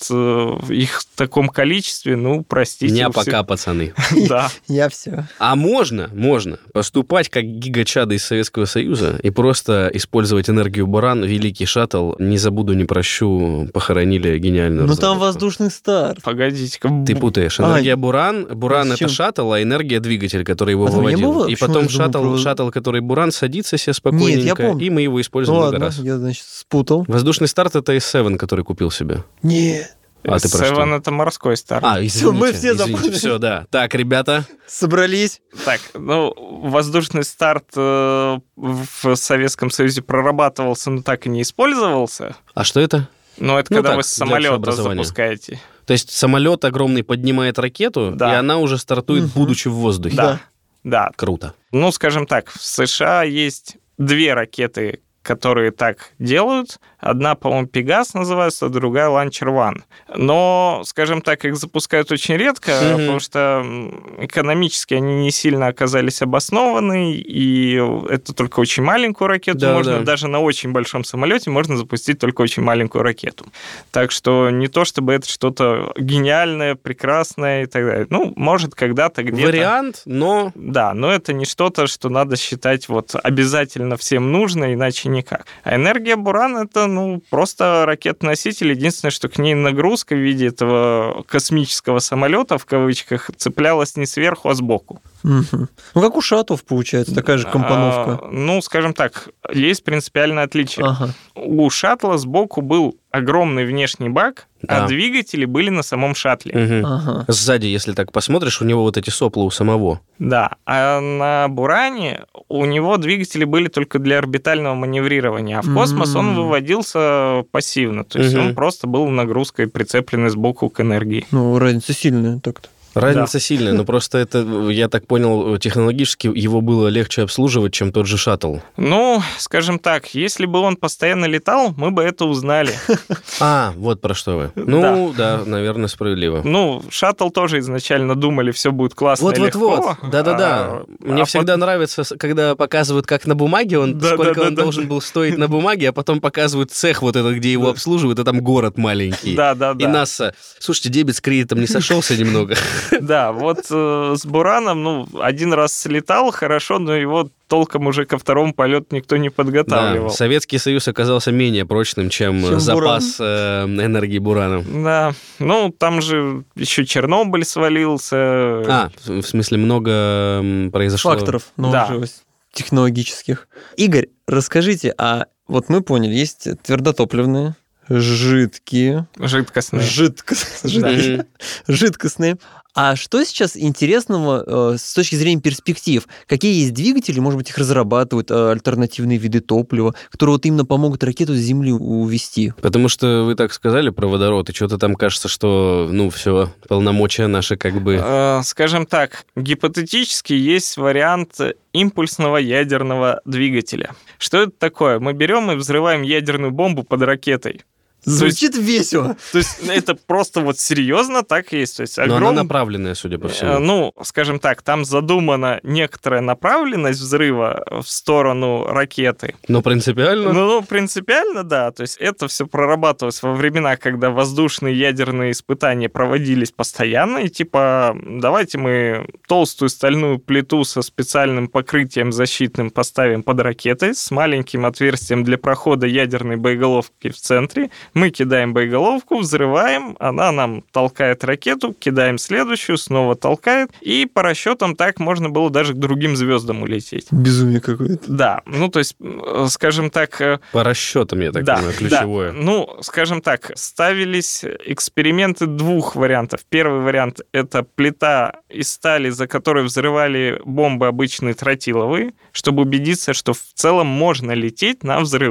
их в таком количестве, ну, простите. Не пока, пацаны. Да. Я все. А можно поступать как гигачады из Советского Союза и просто использовать энергию буран, великий шаттл, не забуду, не прощу, похоронили гениальную Ну там разработку. воздушный старт. Погодите-ка. Ты путаешь. Энергия буран зачем? это шаттл, а энергия двигатель, который его А там не выводил. было? И Почему потом я думал про- шаттл, который буран, садится себе спокойненько, Нет, я помню. и мы его используем много Ладно, раз. я, значит, спутал. Воздушный старт это S7, который купил себе. Нет. А ты про что? Seven — это морской старт. Извините, мы все запутались. Все, да. Так, ребята, Собрались. Так, ну, воздушный старт в Советском Союзе прорабатывался, но так и не использовался. а что это? Но это Ну когда так, вы с для самолета общеобразования. запускаете. То есть самолет огромный поднимает ракету, Да. и она уже стартует, Мгм. будучи в воздухе. Да. Да. Круто. Ну, скажем так, в США есть 2 ракеты, которые так делают. Одна, по-моему, Пегас называется, другая Launcher One. Но, скажем так, их запускают очень редко, потому что экономически они не сильно оказались обоснованы, и это только очень маленькую ракету Да, можно, да. даже на очень большом самолете можно запустить только очень маленькую ракету. Так что не то, чтобы это что-то гениальное, прекрасное и так далее. Ну, может, когда-то где-то... Вариант, но... Да, но это не что-то, что надо считать вот обязательно всем нужно, иначе никак. А энергия буран — это, ну, просто ракета-носитель. Единственное, что к ней нагрузка в виде этого космического самолета, в кавычках, цеплялась не сверху, а сбоку. Мгм. Ну, как у шаттлов, получается, такая же компоновка. Ну, скажем так, есть принципиальное отличие. Ага. У шаттла сбоку был огромный внешний бак, Да. а двигатели были на самом шаттле. Мгм. Ага. Сзади, если так посмотришь, у него вот эти сопла у самого. Да, а на Буране у него двигатели были только для орбитального маневрирования, а в космос он выводился пассивно, то есть он просто был нагрузкой прицепленный сбоку к энергии. Ну, разница сильная так-то. Разница сильная, но просто это, я так понял, технологически его было легче обслуживать, чем тот же шаттл. Ну, скажем так, если бы он постоянно летал, мы бы это узнали. Вот про что вы. Ну, да, наверное, справедливо. Ну, шаттл тоже изначально думали, все будет классно и легко. Вот-вот-вот, да-да-да. Мне всегда нравится, когда показывают, как на бумаге, сколько он должен был стоить на бумаге, а потом показывают цех вот этот, где его обслуживают, а там город маленький. Да-да-да. И НАСА. Слушайте, дебет с кредитом не сошелся немного? Да, вот с Бураном, ну, один раз слетал, хорошо, но его толком уже ко второму полету никто не подготавливал. Да, Советский Союз оказался менее прочным, чем запас энергии Бурана. Да, ну, там же еще Чернобыль свалился. В смысле, много произошло... Факторов, но Да. уже технологических. Игорь, расскажите, а вот мы поняли, есть твердотопливные, жидкие, Жидкостные. жидкостные. А что сейчас интересного с точки зрения перспектив? Какие есть двигатели, может быть, их разрабатывают, альтернативные виды топлива, которые вот именно помогут ракету с Земли увести? Потому что вы так сказали про водород, и что-то там кажется, что, все, полномочия наши как бы... Скажем так, гипотетически есть вариант импульсного ядерного двигателя. Что это такое? Мы берем и взрываем ядерную бомбу под ракетой. Звучит весело. То есть это просто вот серьезно так и есть. То есть Но она направленная, судя по всему. Ну, скажем так, там задумана некоторая направленность взрыва в сторону ракеты. Но принципиально... Ну, принципиально, да. То есть это все прорабатывалось во времена, когда воздушные ядерные испытания проводились постоянно. И типа, давайте мы толстую стальную плиту со специальным покрытием защитным поставим под ракетой с маленьким отверстием для прохода ядерной боеголовки в центре. Мы кидаем боеголовку, взрываем, она нам толкает ракету, кидаем следующую, снова толкает. И по расчетам так можно было даже к другим звездам улететь. Безумие какое-то. Да, ну то есть, скажем так... По расчетам, я так понимаю, ключевое. Да. Ну, скажем так, ставились эксперименты 2 вариантов. Первый вариант — это плита из стали, за которой взрывали бомбы обычные тротиловые, чтобы убедиться, что в целом можно лететь на взрывах.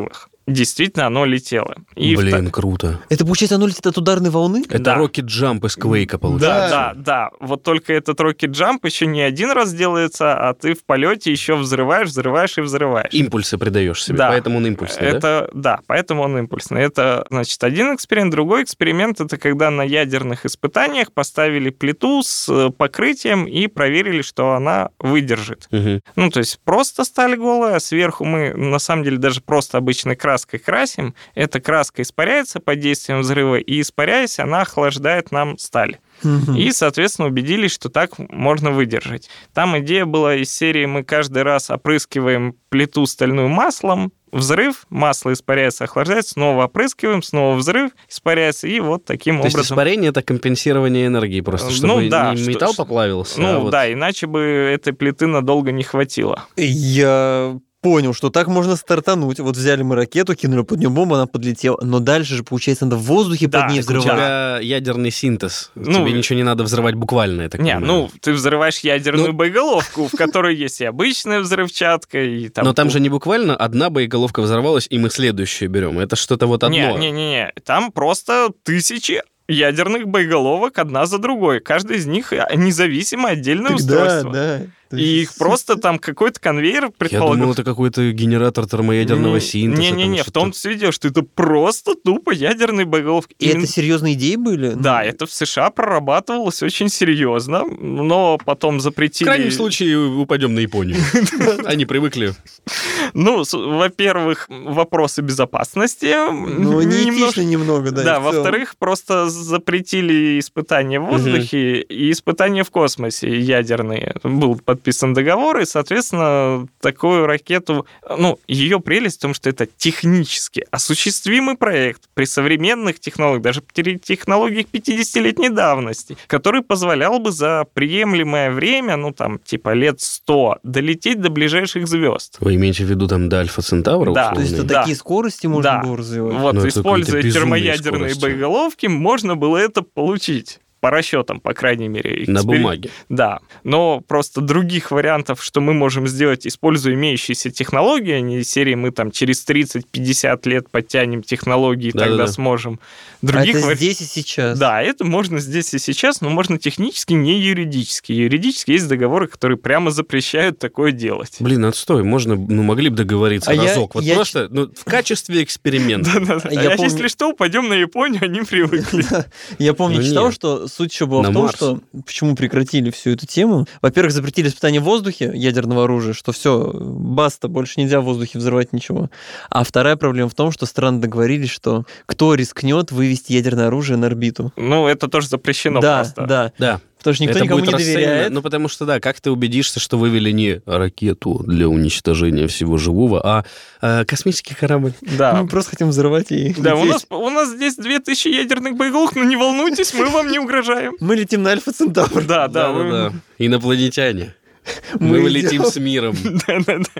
действительно оно летело. Блин, круто. Это, получается, оно летит от ударной волны? Это Rocket Jump из Quake'а, получается. Да. Вот только этот Rocket Jump еще не один раз делается, а ты в полете еще взрываешь и взрываешь. Импульсы придаешь себе, поэтому он импульсный, да? Поэтому он импульсный. Это, значит, один эксперимент. Другой эксперимент — это когда на ядерных испытаниях поставили плиту с покрытием и проверили, что она выдержит. Угу. То есть просто сталь голая, а сверху мы, на самом деле, даже просто обычной краской красим. Эта краска испаряется под действием взрыва, и, испаряясь, она охлаждает нам сталь. И, соответственно, убедились, что так можно выдержать. Там идея была из серии: мы каждый раз опрыскиваем плиту стальную маслом, взрыв, масло испаряется, охлаждается, снова опрыскиваем, снова взрыв, испаряется, и вот таким образом... То есть испарение — это компенсирование энергии просто, чтобы не металл поплавился? Иначе бы этой плиты надолго не хватило. Я понял, что так можно стартануть. Вот взяли мы ракету, кинули под нее бомбу, она подлетела. Но дальше же, получается, надо в воздухе под ней взрывать. У тебя ядерный синтез. Тебе ничего не надо взрывать буквально, я так понимаю. Ты взрываешь ядерную боеголовку, в которой есть и обычная взрывчатка, и там... Но там же не буквально одна боеголовка взорвалась, и мы следующую берем. Это что-то вот одно. Не. Там просто тысячи ядерных боеголовок одна за другой. Каждая из них независимое отдельное устройство. Да. И их просто там какой-то конвейер предполагал. Я думал, это какой-то генератор термоядерного синтеза. Не, в том-то и дело, что это просто тупо ядерные боеголовки. И это серьезные идеи были? Да, это в США прорабатывалось очень серьезно, но потом запретили... В крайнем случае упадем на Японию. Они привыкли. Во-первых, вопросы безопасности. Неэтично немного, да. Да, во-вторых, просто запретили испытания в воздухе и испытания в космосе ядерные. Был подписан договор, и, соответственно, такую ракету... ее прелесть в том, что это технически осуществимый проект при современных технологиях, даже при технологиях 50-летней давности, который позволял бы за приемлемое время, лет 100, долететь до ближайших звезд. Вы имеете в виду там до Альфа Центавра? Да, то есть это такие скорости можно было развивать. Вот, используя термоядерные боеголовки, можно было это получить. По расчетам, по крайней мере. На бумаге. Да. Но просто других вариантов, что мы можем сделать, используя имеющиеся технологии, а не из серии мы там через 30-50 лет подтянем технологии, тогда сможем. Это здесь и сейчас. Да, это можно здесь и сейчас, но можно технически, не юридически. Юридически есть договоры, которые прямо запрещают такое делать. Блин, отстой, могли бы договориться разок. Просто в качестве эксперимента. Если что, упадем на Японию, они привыкли. Я помню, читал, что суть еще была в том, что почему прекратили всю эту тему. Во-первых, запретили испытания в воздухе ядерного оружия, что все, баста, больше нельзя в воздухе взрывать ничего. А вторая проблема в том, что страны договорились, что кто рискнет вывести ядерное оружие на орбиту. Это тоже запрещено просто. Да. Потому что никто никому не доверяет. Потому что, как ты убедишься, что вывели не ракету для уничтожения всего живого, а космический корабль? Да. Мы просто хотим взрывать и Да, у нас здесь 2000 ядерных боеголовок, но не волнуйтесь, мы вам не угрожаем. Мы летим на Альфа Центавр. Да. Инопланетяне. Мы летим с миром. Да.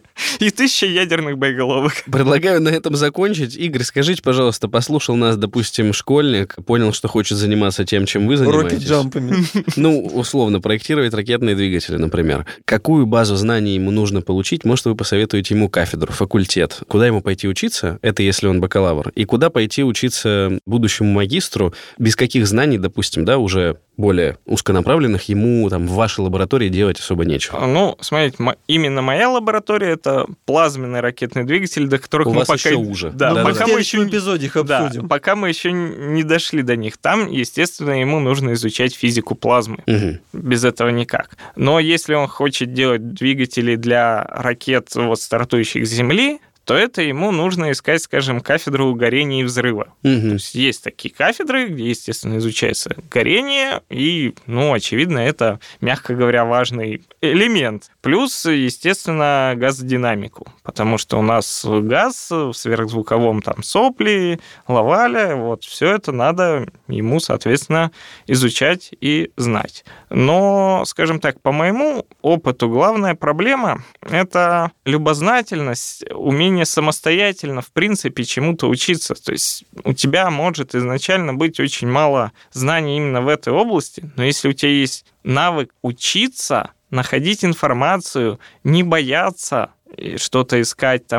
И 1000 ядерных боеголовок. Предлагаю на этом закончить. Игорь, скажите, пожалуйста, послушал нас, допустим, школьник, понял, что хочет заниматься тем, чем вы занимаетесь. Рокет-джампами. Условно, проектировать ракетные двигатели, например. Какую базу знаний ему нужно получить? Может, вы посоветуете ему кафедру, факультет? Куда ему пойти учиться? Это если он бакалавр. И куда пойти учиться будущему магистру? Без каких знаний, допустим, уже более узконаправленных, ему в вашей лаборатории делать особо нечего? Смотрите, именно моя лаборатория — это плазменный ракетный двигатель, до которых мы пока... еще уже. Да, пока мы еще... В эпизоде их обсудим. Пока мы еще не дошли до них. Там, естественно, ему нужно изучать физику плазмы. Угу. Без этого никак. Но если он хочет делать двигатели для ракет, стартующих с Земли, то это ему нужно искать, скажем, кафедру горения и взрыва. Угу. То есть есть такие кафедры, где, естественно, изучается горение, и, очевидно, это, мягко говоря, важный элемент. Плюс, естественно, газодинамику, потому что у нас газ в сверхзвуковом сопли, лавале, все это надо ему, соответственно, изучать и знать. Но, скажем так, по моему опыту, главная проблема — это любознательность, умение самостоятельно, в принципе, чему-то учиться. То есть у тебя может изначально быть очень мало знаний именно в этой области, но если у тебя есть навык учиться, находить информацию, не бояться что-то искать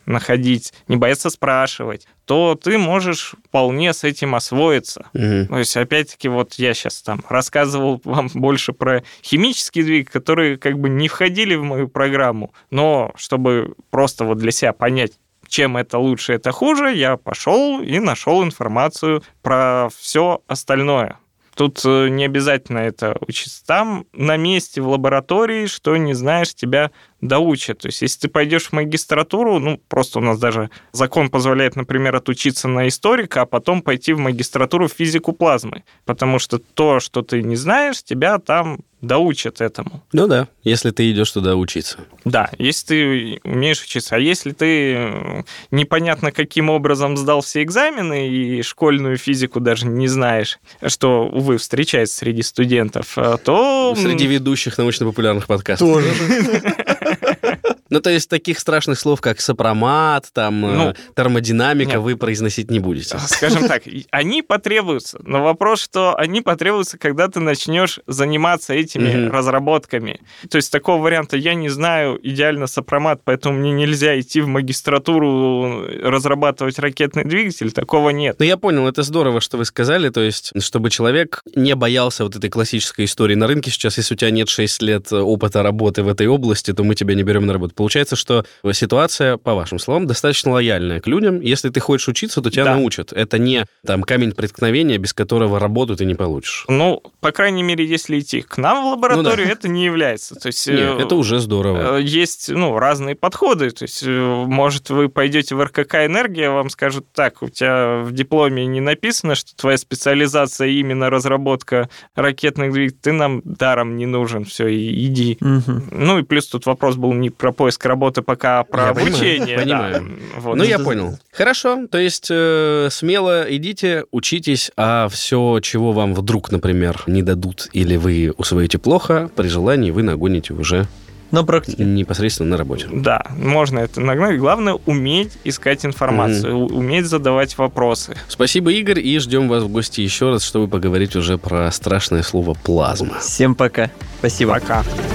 находить, не бояться спрашивать, то ты можешь вполне с этим освоиться. То есть, опять-таки, вот я сейчас там рассказывал вам больше про химические двигатели, которые как бы не входили в мою программу, но чтобы просто вот для себя понять, чем это лучше, это хуже, я пошел и нашел информацию про все остальное. Тут не обязательно это учиться. Там на месте в лаборатории, что не знаешь, тебя доучат. То есть, если ты пойдешь в магистратуру, просто у нас даже закон позволяет, например, отучиться на историка, а потом пойти в магистратуру в физику плазмы. Потому что то, что ты не знаешь, тебя там доучат этому. Ну да, если ты идешь туда учиться. Да, если ты умеешь учиться. А если ты непонятно каким образом сдал все экзамены и школьную физику даже не знаешь, что, увы, встречается среди студентов, то... Среди ведущих научно-популярных подкастов. Тоже. Ну, то есть таких страшных слов, как сопромат, там, термодинамика, вы произносить не будете. Скажем так, они потребуются. Но вопрос, что они потребуются, когда ты начнешь заниматься этими разработками. То есть такого варианта я не знаю идеально сопромат, поэтому мне нельзя идти в магистратуру разрабатывать ракетный двигатель. Такого нет. Ну, я понял, это здорово, что вы сказали. То есть, чтобы человек не боялся вот этой классической истории на рынке сейчас, если у тебя нет 6 лет опыта работы в этой области, то мы тебя не берем на работу. Получается, что ситуация, по вашим словам, достаточно лояльная к людям. Если ты хочешь учиться, то тебя научат. Это не там камень преткновения, без которого работу ты не получишь. Ну, по крайней мере, если идти к нам в лабораторию, это не является. То есть, нет, это уже здорово. Есть разные подходы. То есть, может, вы пойдете в РКК «Энергия», вам скажут, так, у тебя в дипломе не написано, что твоя специализация именно разработка ракетных двигателей, ты нам даром не нужен, все, иди. Ну, и плюс тут вопрос был не про поиск работы, пока про обучение. Понимаю. Да. Вот. Ну, я понял. Хорошо, то есть смело идите, учитесь, а все, чего вам вдруг, например, не дадут или вы усвоите плохо, при желании вы нагоните уже на практике. Непосредственно на работе. Да, можно это нагнать. Главное, уметь искать информацию, уметь задавать вопросы. Спасибо, Игорь, и ждем вас в гости еще раз, чтобы поговорить уже про страшное слово «плазма». Всем пока. Спасибо. Пока.